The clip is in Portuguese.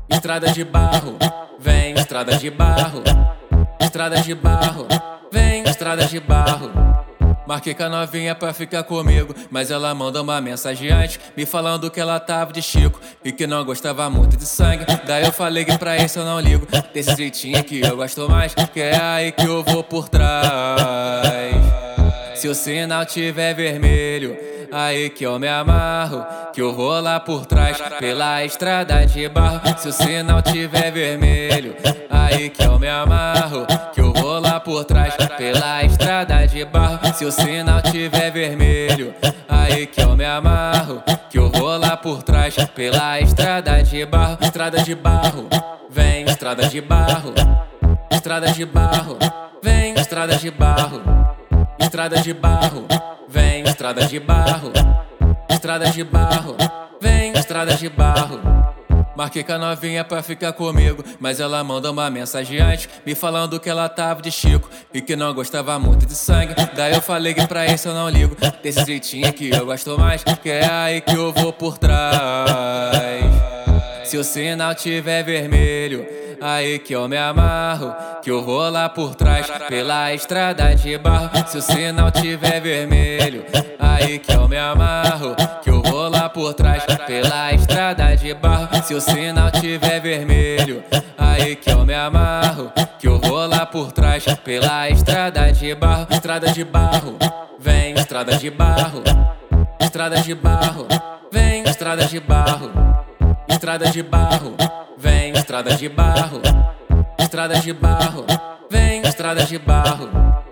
Estrada de barro, vem estrada de barro. Estrada de barro, vem estrada de barro. Marquei com a novinha pra ficar comigo, mas ela mandou uma mensagem antes, me falando que ela tava de Chico e que não gostava muito de sangue. Daí eu falei que pra isso eu não ligo, desse jeitinho que eu gosto mais, que é aí que eu vou por trás. Se o sinal tiver vermelho, aí que eu me amarro, que eu vou lá por trás, pela estrada de barro. Se o sinal tiver vermelho, aí que eu me amarro, que eu vou lá por trás, pela estrada de barro. Se o sinal tiver vermelho, aí que eu me amarro, que eu vou lá por trás, pela estrada de barro. Estrada de barro, vem estrada de barro. Estrada de barro, vem estrada de barro. Estrada de barro, vem estrada de barro. Estrada de barro, vem estrada de barro. Marquei com a novinha pra ficar comigo, mas ela mandou uma mensagem antes, me falando que ela tava de Chico e que não gostava muito de sangue. Daí eu falei que pra isso eu não ligo, desse jeitinho que eu gosto mais, que é aí que eu vou por trás. Se o sinal tiver vermelho, aí que eu me amarro, que eu vou lá por trás, pela estrada de barro. Se o sinal tiver vermelho, aí que eu me amarro, que eu vou lá por trás, pela estrada de barro. Se o sinal tiver vermelho, aí que eu me amarro, que eu vou lá por trás, pela estrada de barro. Estrada de barro, vem estrada de barro. Estrada de barro, vem estrada de barro. Estrada de barro, vem estrada de barro. Estrada de barro, vem estrada de barro.